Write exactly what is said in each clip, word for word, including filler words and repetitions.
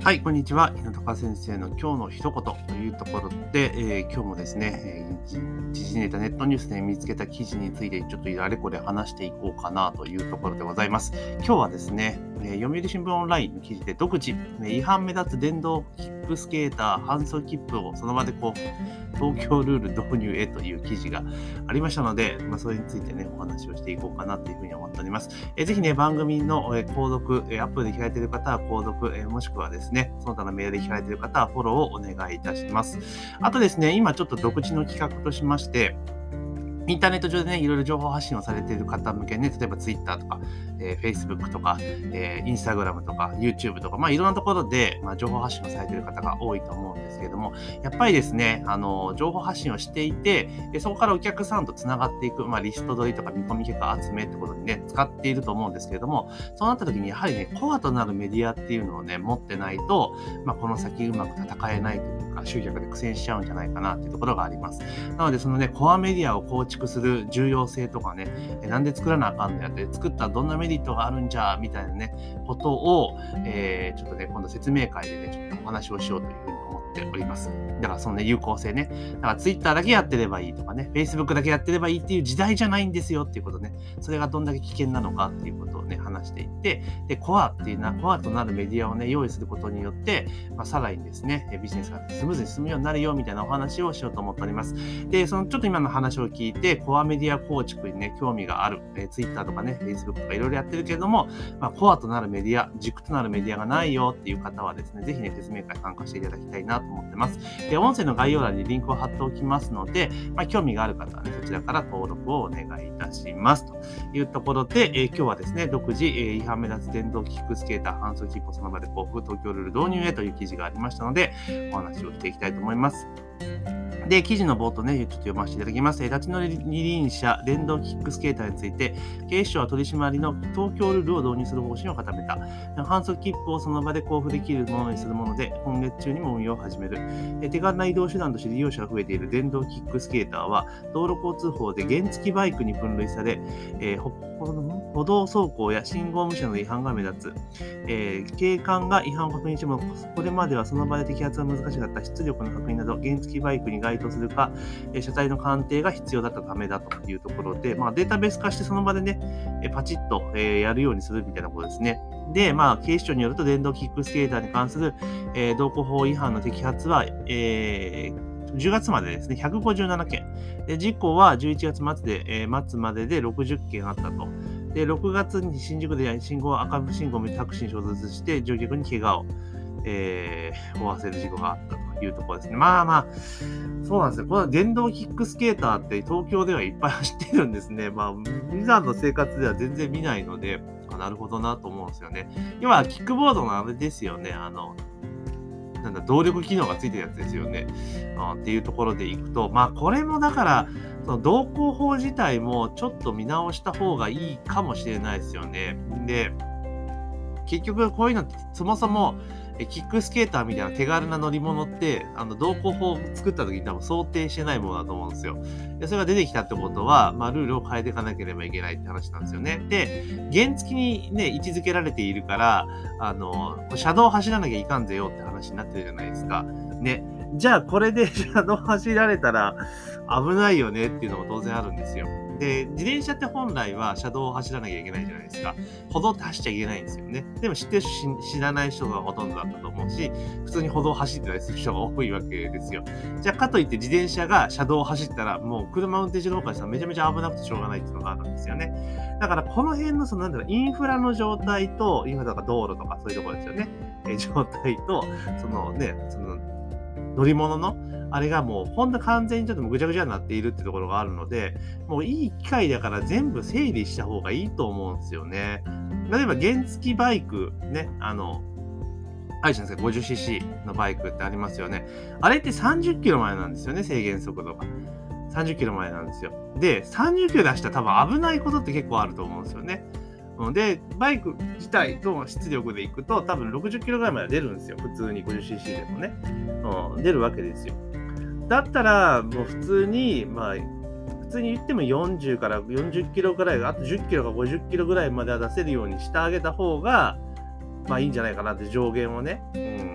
はい、こんにちは。猪高先生の今日の一言というところで、えー今日もですね、えー時事ネタネットニュースで見つけた記事についてちょっとあれこれ話していこうかなというところでございます。今日はですね、えー読売新聞オンラインの記事で独自、えー違反目立つ電動キックスケーター反則切符をその場でこう東京ルール導入へという記事がありましたので、まあ、それについてね、お話をしていこうかなというふうに思っております。えーぜひね、番組の、えー購読、えーアップで開いている方は購読、えーもしくはですね、その他のメールで開いている方はフォローをお願いいたします。あとですね、今ちょっと独自の企画としまして、インターネット上でね、いろいろ情報発信をされている方向けにね、例えば Twitter とか、えー、Facebook とか、えー、Instagram とか、YouTube とか、まあいろんなところで、まあ、情報発信をされている方が多いと思うんですけれども、やっぱりですね、あの、情報発信をしていて、でそこからお客さんとつながっていく、まあリスト取りとか見込み結果集めってことにね、使っていると思うんですけれども、そうなった時にやはりね、コアとなるメディアっていうのをね、持ってないと、まあこの先うまく戦えないというか、集客で苦戦しちゃうんじゃないかなっていうところがあります。なので、そのね、コアメディアを構築する重要性とかね、なんで作らなあかんのやって、作ったらどんなメリットがあるんじゃ、みたいなね、ことを、えー、ちょっとね、今度説明会でね、ちょっとお話をしようというふうに思っております。だからそのね、有効性ね。だから Twitter だけやってればいいとかね、Facebook だけやってればいいっていう時代じゃないんですよっていうことね。それがどんだけ危険なのかっていうことをね、話していって、で、コアっていうな、コアとなるメディアをね、用意することによって、まあ、さらにですね、ビジネスがスムーズに進むようになるよみたいなお話をしようと思っております。で、そのちょっと今の話を聞いて、コアメディア構築にね、興味がある、えー、Twitter とかね、Facebook とかいろいろやってるけれども、まあ、コアとなるメディア、軸となるメディアがないよっていう方はですね、ぜひね、説明会参加していただきたいなと思ってます。で、音声の概要欄にリンクを貼っておきますので、まあ、興味がある方はね、そちらから登録をお願いいたしますというところで、えー、今日はですね、独自、えー、違反目立つ電動キックスケーター反則切符その場で交付東京ルール導入へという記事がありましたので、お話をしていきたいと思います。で、記事の冒頭ね、ちょっと読ませていただきます。立ち乗り二輪車電動キックスケーターについて、警視庁は取り締まりの東京ルールを導入する方針を固めた。反則切符をその場で交付できるものにするもので、今月中にも運用を始める。手軽な移動手段として利用者が増えている電動キックスケーターは、道路交通法で原付バイクに分類され、えー、歩道走行や信号無視の違反が目立つ。えー、警官が違反を確認しても、これまではその場で摘発は難しかった出力の確認など、原付バイクに該当するか、えー、車体の鑑定が必要だったためだというところで、まあ、データベース化してその場でね、えー、パチッと、えー、やるようにするみたいなことですね。で、まあ、警視庁によると、電動キックスケーターに関する、えー、道交法違反の摘発は、えーじゅうがつまでですね、ひゃくごじゅうななけん。で、事故はじゅういちがつ末で、えー、末まででろくじゅっけんあったと。で、ろくがつに新宿で信号、赤信号でタクシーに衝突して、乗客に怪我を、えー、負わせる事故があったというところですね。まあまあ、そうなんですよ。この電動キックスケーターって東京ではいっぱい走ってるんですね。まあ、普段の生活では全然見ないので、あ、なるほどなと思うんですよね。要は、キックボードのあれですよね。あの、なんだ、動力機能がついてるやつですよね。あっていうところでいくと、まあこれもだから、その道交法自体もちょっと見直した方がいいかもしれないですよね。で、結局こういうのってそもそもキックスケーターみたいな手軽な乗り物って、あの道交法を作った時に多分想定してないものだと思うんですよ。で、それが出てきたってことは、まあルールを変えていかなければいけないって話なんですよね。で、原付にね、位置づけられているから、あの、車道を走らなきゃいかんぜよって話になってるじゃないですか。ね。じゃあこれで車道走られたら危ないよねっていうのも当然あるんですよ。で、自転車って本来は車道を走らなきゃいけないじゃないですか。歩道って走っちゃいけないんですよね。でも知ってる人、知らない人がほとんどだったと思うし、普通に歩道を走ってたりする人が多いわけですよ。じゃあかといって自転車が車道を走ったら、もう車運転手の方からしたらめちゃめちゃ危なくてしょうがないっていうのがあるんですよね。だからこの辺のそのなんだろう、インフラの状態と、インフラとか道路とかそういうところですよね。え状態と、そのね、その乗り物のあれがもうほんと完全にちょっとぐちゃぐちゃになっているってところがあるので、もういい機会だから全部整理した方がいいと思うんですよね。例えば原付バイクね、あの、あるじゃないですか、ごじゅっシーシー のバイクってありますよね。あれってさんじゅっキロまでなんですよね、制限速度が。さんじゅっキロまでなんですよ。で、さんじゅっキロ出したら多分危ないことって結構あると思うんですよね。で、バイク自体と出力でいくと多分ろくじゅっキロぐらいまで出るんですよ。普通に ごじゅっシーシー でもね、うん。出るわけですよ。だったら、もう普通に、まあ、普通に言ってもよんじゅうからよんじゅっキロぐらい、あとじゅっキロかごじゅっキロぐらいまでは出せるようにしてあげた方が、まあいいんじゃないかなって上限をね。うん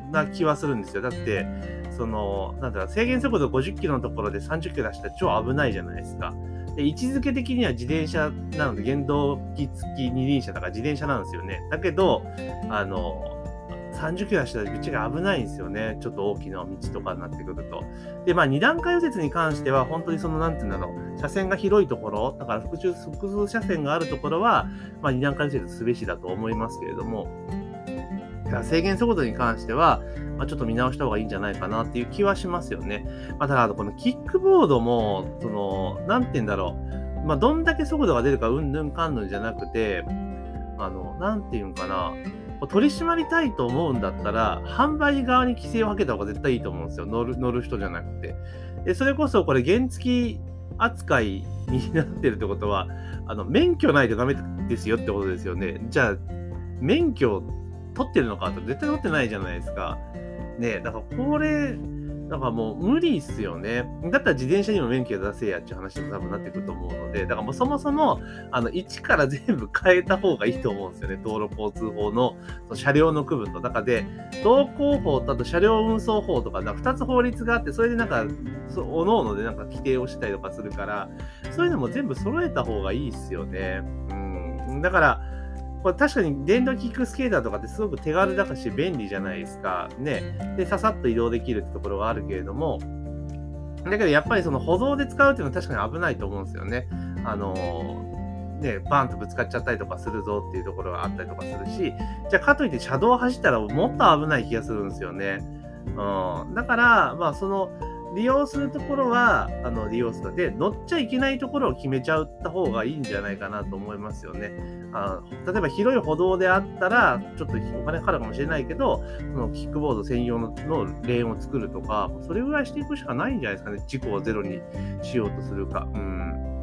な気はするんですよ。だって、その、なんだろう、制限速度ごじゅっキロのところでさんじゅっキロ出したら超危ないじゃないですか。で、位置づけ的には自転車なので、原動機付き二輪車だから自転車なんですよね。だけど、あの、さんじゅっキロ出したらぶっちゃけ危ないんですよね。ちょっと大きな道とかになってくると。で、まあ、二段階右折に関しては、本当にその、なんていうんだろう、車線が広いところ、だから複数、複数車線があるところは、まあ、二段階右折すべしだと思いますけれども、制限速度に関しては、まあ、ちょっと見直した方がいいんじゃないかなっていう気はしますよね。まあ、ただ、このキックボードも、その、なんて言うんだろう。まあ、どんだけ速度が出るか、うんぬんかんぬんじゃなくて、あの、なんて言うんかな。取り締まりたいと思うんだったら、販売側に規制をかけた方が絶対いいと思うんですよ。乗る、乗る人じゃなくて。で、それこそ、これ、原付き扱いになってるってことは、あの、免許ないとダメですよってことですよね。じゃあ、免許取ってるのかと絶対取ってないじゃないですか。ねえ、だからこれ、だからもう無理っすよね。だったら自転車にも免許出せやっていう話に多分なってくると思うので、だからもうそもそも、あの、一から全部変えた方がいいと思うんですよね。道路交通法のその車両の区分と中で、道交法とあと車両運送法とか、なんかふたつ法律があって、それでなんか、そおのおのでなんか規定をしたりとかするから、そういうのも全部揃えた方がいいっすよね。うん。だから、これ確かに電動キックスケーターとかってすごく手軽だし便利じゃないですか。ね。で、ささっと移動できるってところがあるけれども、だけどやっぱりその歩道で使うっていうのは確かに危ないと思うんですよね。あのー、ね、バーンとぶつかっちゃったりとかするぞっていうところがあったりとかするし、じゃあかといって車道を走ったらもっと危ない気がするんですよね。うん。だから、まあその、利用するところは、あの、利用するので、乗っちゃいけないところを決めちゃった方がいいんじゃないかなと思いますよね。あ例えば広い歩道であったら、ちょっとお金かかるかもしれないけど、そのキックボード専用 の, のレーンを作るとか、それぐらいしていくしかないんじゃないですかね。事故をゼロにしようとするか。うん。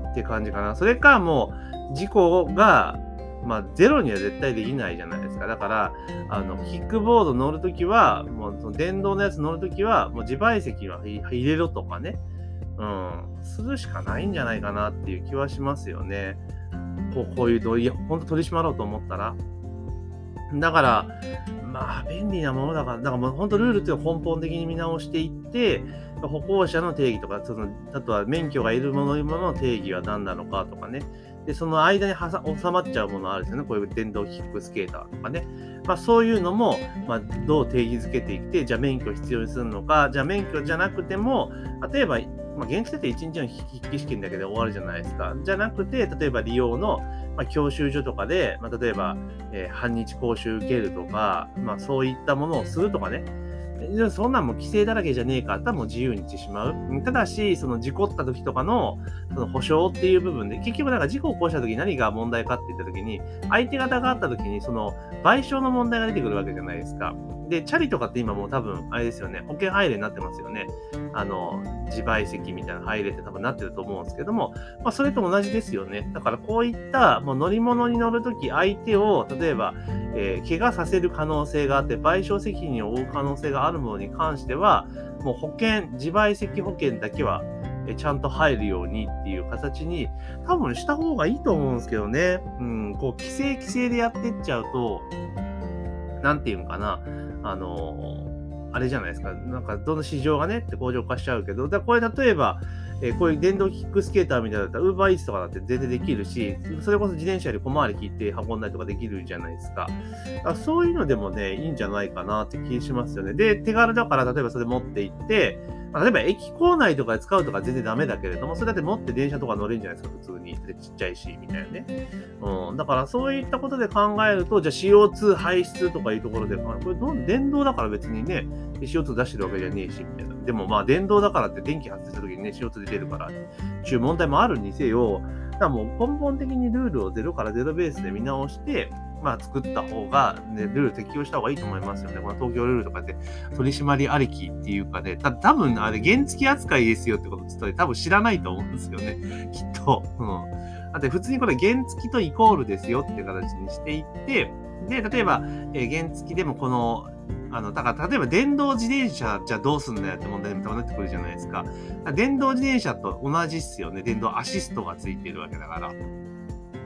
って感じかな。それかもう、事故が、まあ、ゼロには絶対できないじゃないですか。だから、あの、キックボード乗るときは、もう、その電動のやつ乗るときは、もう自賠責は入れろとかね、うん、するしかないんじゃないかなっていう気はしますよね。こう、こういうどういや、ほんと取り締まろうと思ったら。だから、まあ、便利なものだから、だからもう本当ルールっていうのを根本的に見直していって、歩行者の定義とか、その、あとは免許がいるものの定義は何なのかとかね。で、その間にはさ収まっちゃうものあるんですよね。こういう電動キックスケーターとかね。まあそういうのも、まあどう定義づけていって、じゃあ免許必要にするのか、じゃあ免許じゃなくても、例えば、まあ原付っていちにちの筆記試験だけで終わるじゃないですか。じゃなくて、例えば利用の、まあ、教習所とかで、まあ例えば、えー、半日講習受けるとか、まあそういったものをするとかね。そんなんも規制だらけじゃねえかったらもう自由にしてしまう。ただし、その事故った時とかの、その保証っていう部分で、結局なんか事故を起こした時に何が問題かって言った時に、相手方があった時にその賠償の問題が出てくるわけじゃないですか。で、チャリとかって今もう多分、あれですよね、保険入れになってますよね。あの、自賠責みたいな入れって多分なってると思うんですけども、まあそれと同じですよね。だからこういったもう乗り物に乗るとき相手を、例えば、えー、怪我させる可能性があって、賠償責任を負う可能性があるものに関しては、もう保険、自賠責保険だけは、えー、ちゃんと入るようにっていう形に、多分した方がいいと思うんですけどね。うん、こう、規制規制でやってっちゃうと、なんていうのかな、あのー、あれじゃないですか。なんか、どの市場がね、って向上化しちゃうけど、だこれ例えば、えー、こういう電動キックスケーターみたいだったら、ウーバーイーツとかだって全然できるし、それこそ自転車より小回り切って運んだりとかできるじゃないですか。だからそういうのでもね、いいんじゃないかなって気しますよね。で、手軽だから、例えばそれ持って行って、例えば駅構内とかで使うとか全然ダメだけれども、それだって持って電車とか乗れるんじゃないですか、普通に。でちっちゃいし、みたいなね。うん。だからそういったことで考えると、じゃあ シーオーツー 排出とかいうところで、これど電動だから別にね、シーオーツー 出してるわけじゃねえし、みたいな。でもまあ電動だからって電気発生した時にね、シーオーツー 出てるから、っていう問題もあるにせよ、だからもう根本的にルールをゼロからゼロベースで見直して、まあ作った方が、ね、ルール適用した方がいいと思いますよね。この東京ルールとかで取り締まりありきっていうかね、た多分あれ原付扱いですよってことって多分知らないと思うんですよね。きっと。うん。だって普通にこれ原付とイコールですよっていう形にしていって、で、例えば、えー、原付でもこの、あの、だから例えば電動自転車じゃどうすんだよって問題にもなってくるじゃないですか。電動自転車と同じっすよね。電動アシストがついてるわけだから。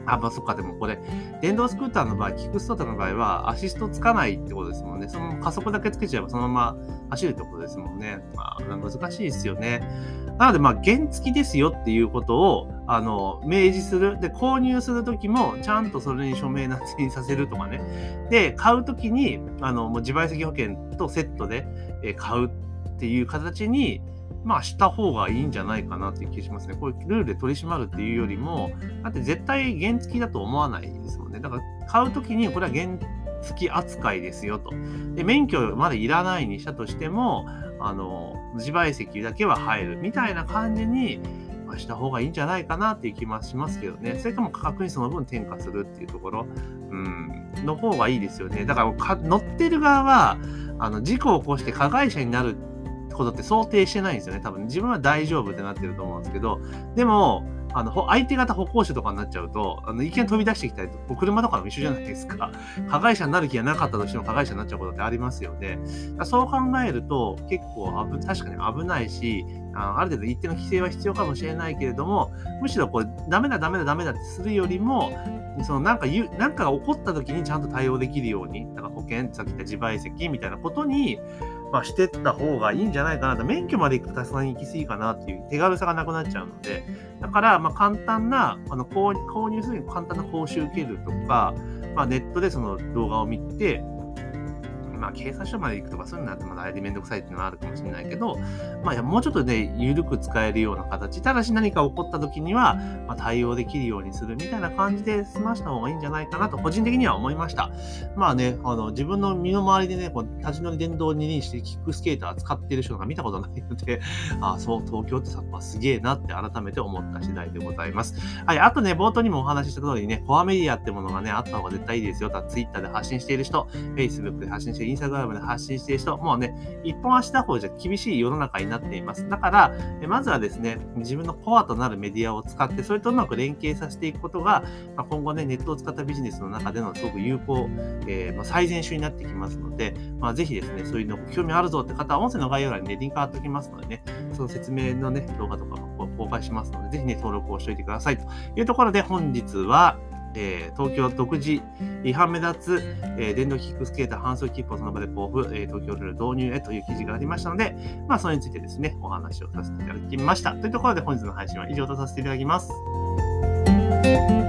あ、まあそっか、でもこれ、電動スクーターの場合、キックスターターの場合は、アシストつかないってことですもんね。その加速だけつけちゃえば、そのまま走るってことですもんね。まあ、難しいですよね。なので、まあ、原付ですよっていうことを、あの、明示する。で、購入するときも、ちゃんとそれに署名捺印させるとかね。で、買うときに、あの、もう自賠責保険とセットでえー買うっていう形に、まあ、した方がいいんじゃないかなっていう気がしますね。これ、ルールで取り締まるっていうよりも、だって絶対原付だと思わないですもんね。だから、買うときに、これは原付扱いですよと。で、免許までいらないにしたとしても、あの、自賠責だけは入るみたいな感じに、まあ、した方がいいんじゃないかなっていう気もしますけどね。それかも価格にその分転嫁するっていうところ、うん、の方がいいですよね。だからか、乗ってる側は、あの、事故を起こして加害者になることって想定してないんですよね。多分自分は大丈夫ってなってると思うんですけど、でも、あの、相手方歩行者とかになっちゃうと、あの、一見飛び出してきたりと、車とかも一緒じゃないですか。加害者になる気がなかったとしても加害者になっちゃうことってありますよね。そう考えると、結構危、確かに危ないし、あある程度一定の規制は必要かもしれないけれども、むしろこう、ダメだダメだダメだってするよりも、そのなんか言う、なんかが起こった時にちゃんと対応できるように、だから保険、さっき言った自賠責みたいなことに、まあ、してった方がいいんじゃないかなと。免許まで行くとさすがに行き過ぎかなっていう手軽さがなくなっちゃうので、だから、まあ、簡単な、あの、購購入するに簡単な講習受けるとか、まあ、ネットでその動画を見て、まあ、警察署まで行くとかそういうのだとまだあれでめんどくさいっていうのはあるかもしれないけど、まあ、もうちょっとね、緩く使えるような形、ただし何か起こった時には、まあ、対応できるようにするみたいな感じで済ました方がいいんじゃないかなと、個人的には思いました。まあね、あの、自分の身の回りでね、こう立ち乗り電動二輪してキックスケーター使ってる人なんか見たことないので、ああ、そう、東京ってさ、すげえなって改めて思った次第でございます。はい、あとね、冒頭にもお話しした通りにね、コアメディアってものがね、あった方が絶対いいですよ。ツイッターで発信している人、Facebook で発信している、インスタグラムで発信している人、もうね、一本足打法じゃ厳しい世の中になっています。だから、まずはですね、自分のコアとなるメディアを使って、それとうまく連携させていくことが、まあ、今後ね、ネットを使ったビジネスの中でのすごく有効、えーまあ、最善手になってきますので、まあ、ぜひですね、そういうの興味あるぞって方は、音声の概要欄にね、リンク貼っておきますのでね、その説明のね、動画とかも公開しますので、ぜひね、登録をしておいてくださいというところで、本日は、えー、東京独自違反目立つ、えー、電動キックスケーター反則切符をその場で交付、えー、東京ルール導入へという記事がありましたので、まあ、それについてですね、お話をさせていただきました。というところで本日の配信は以上とさせていただきます。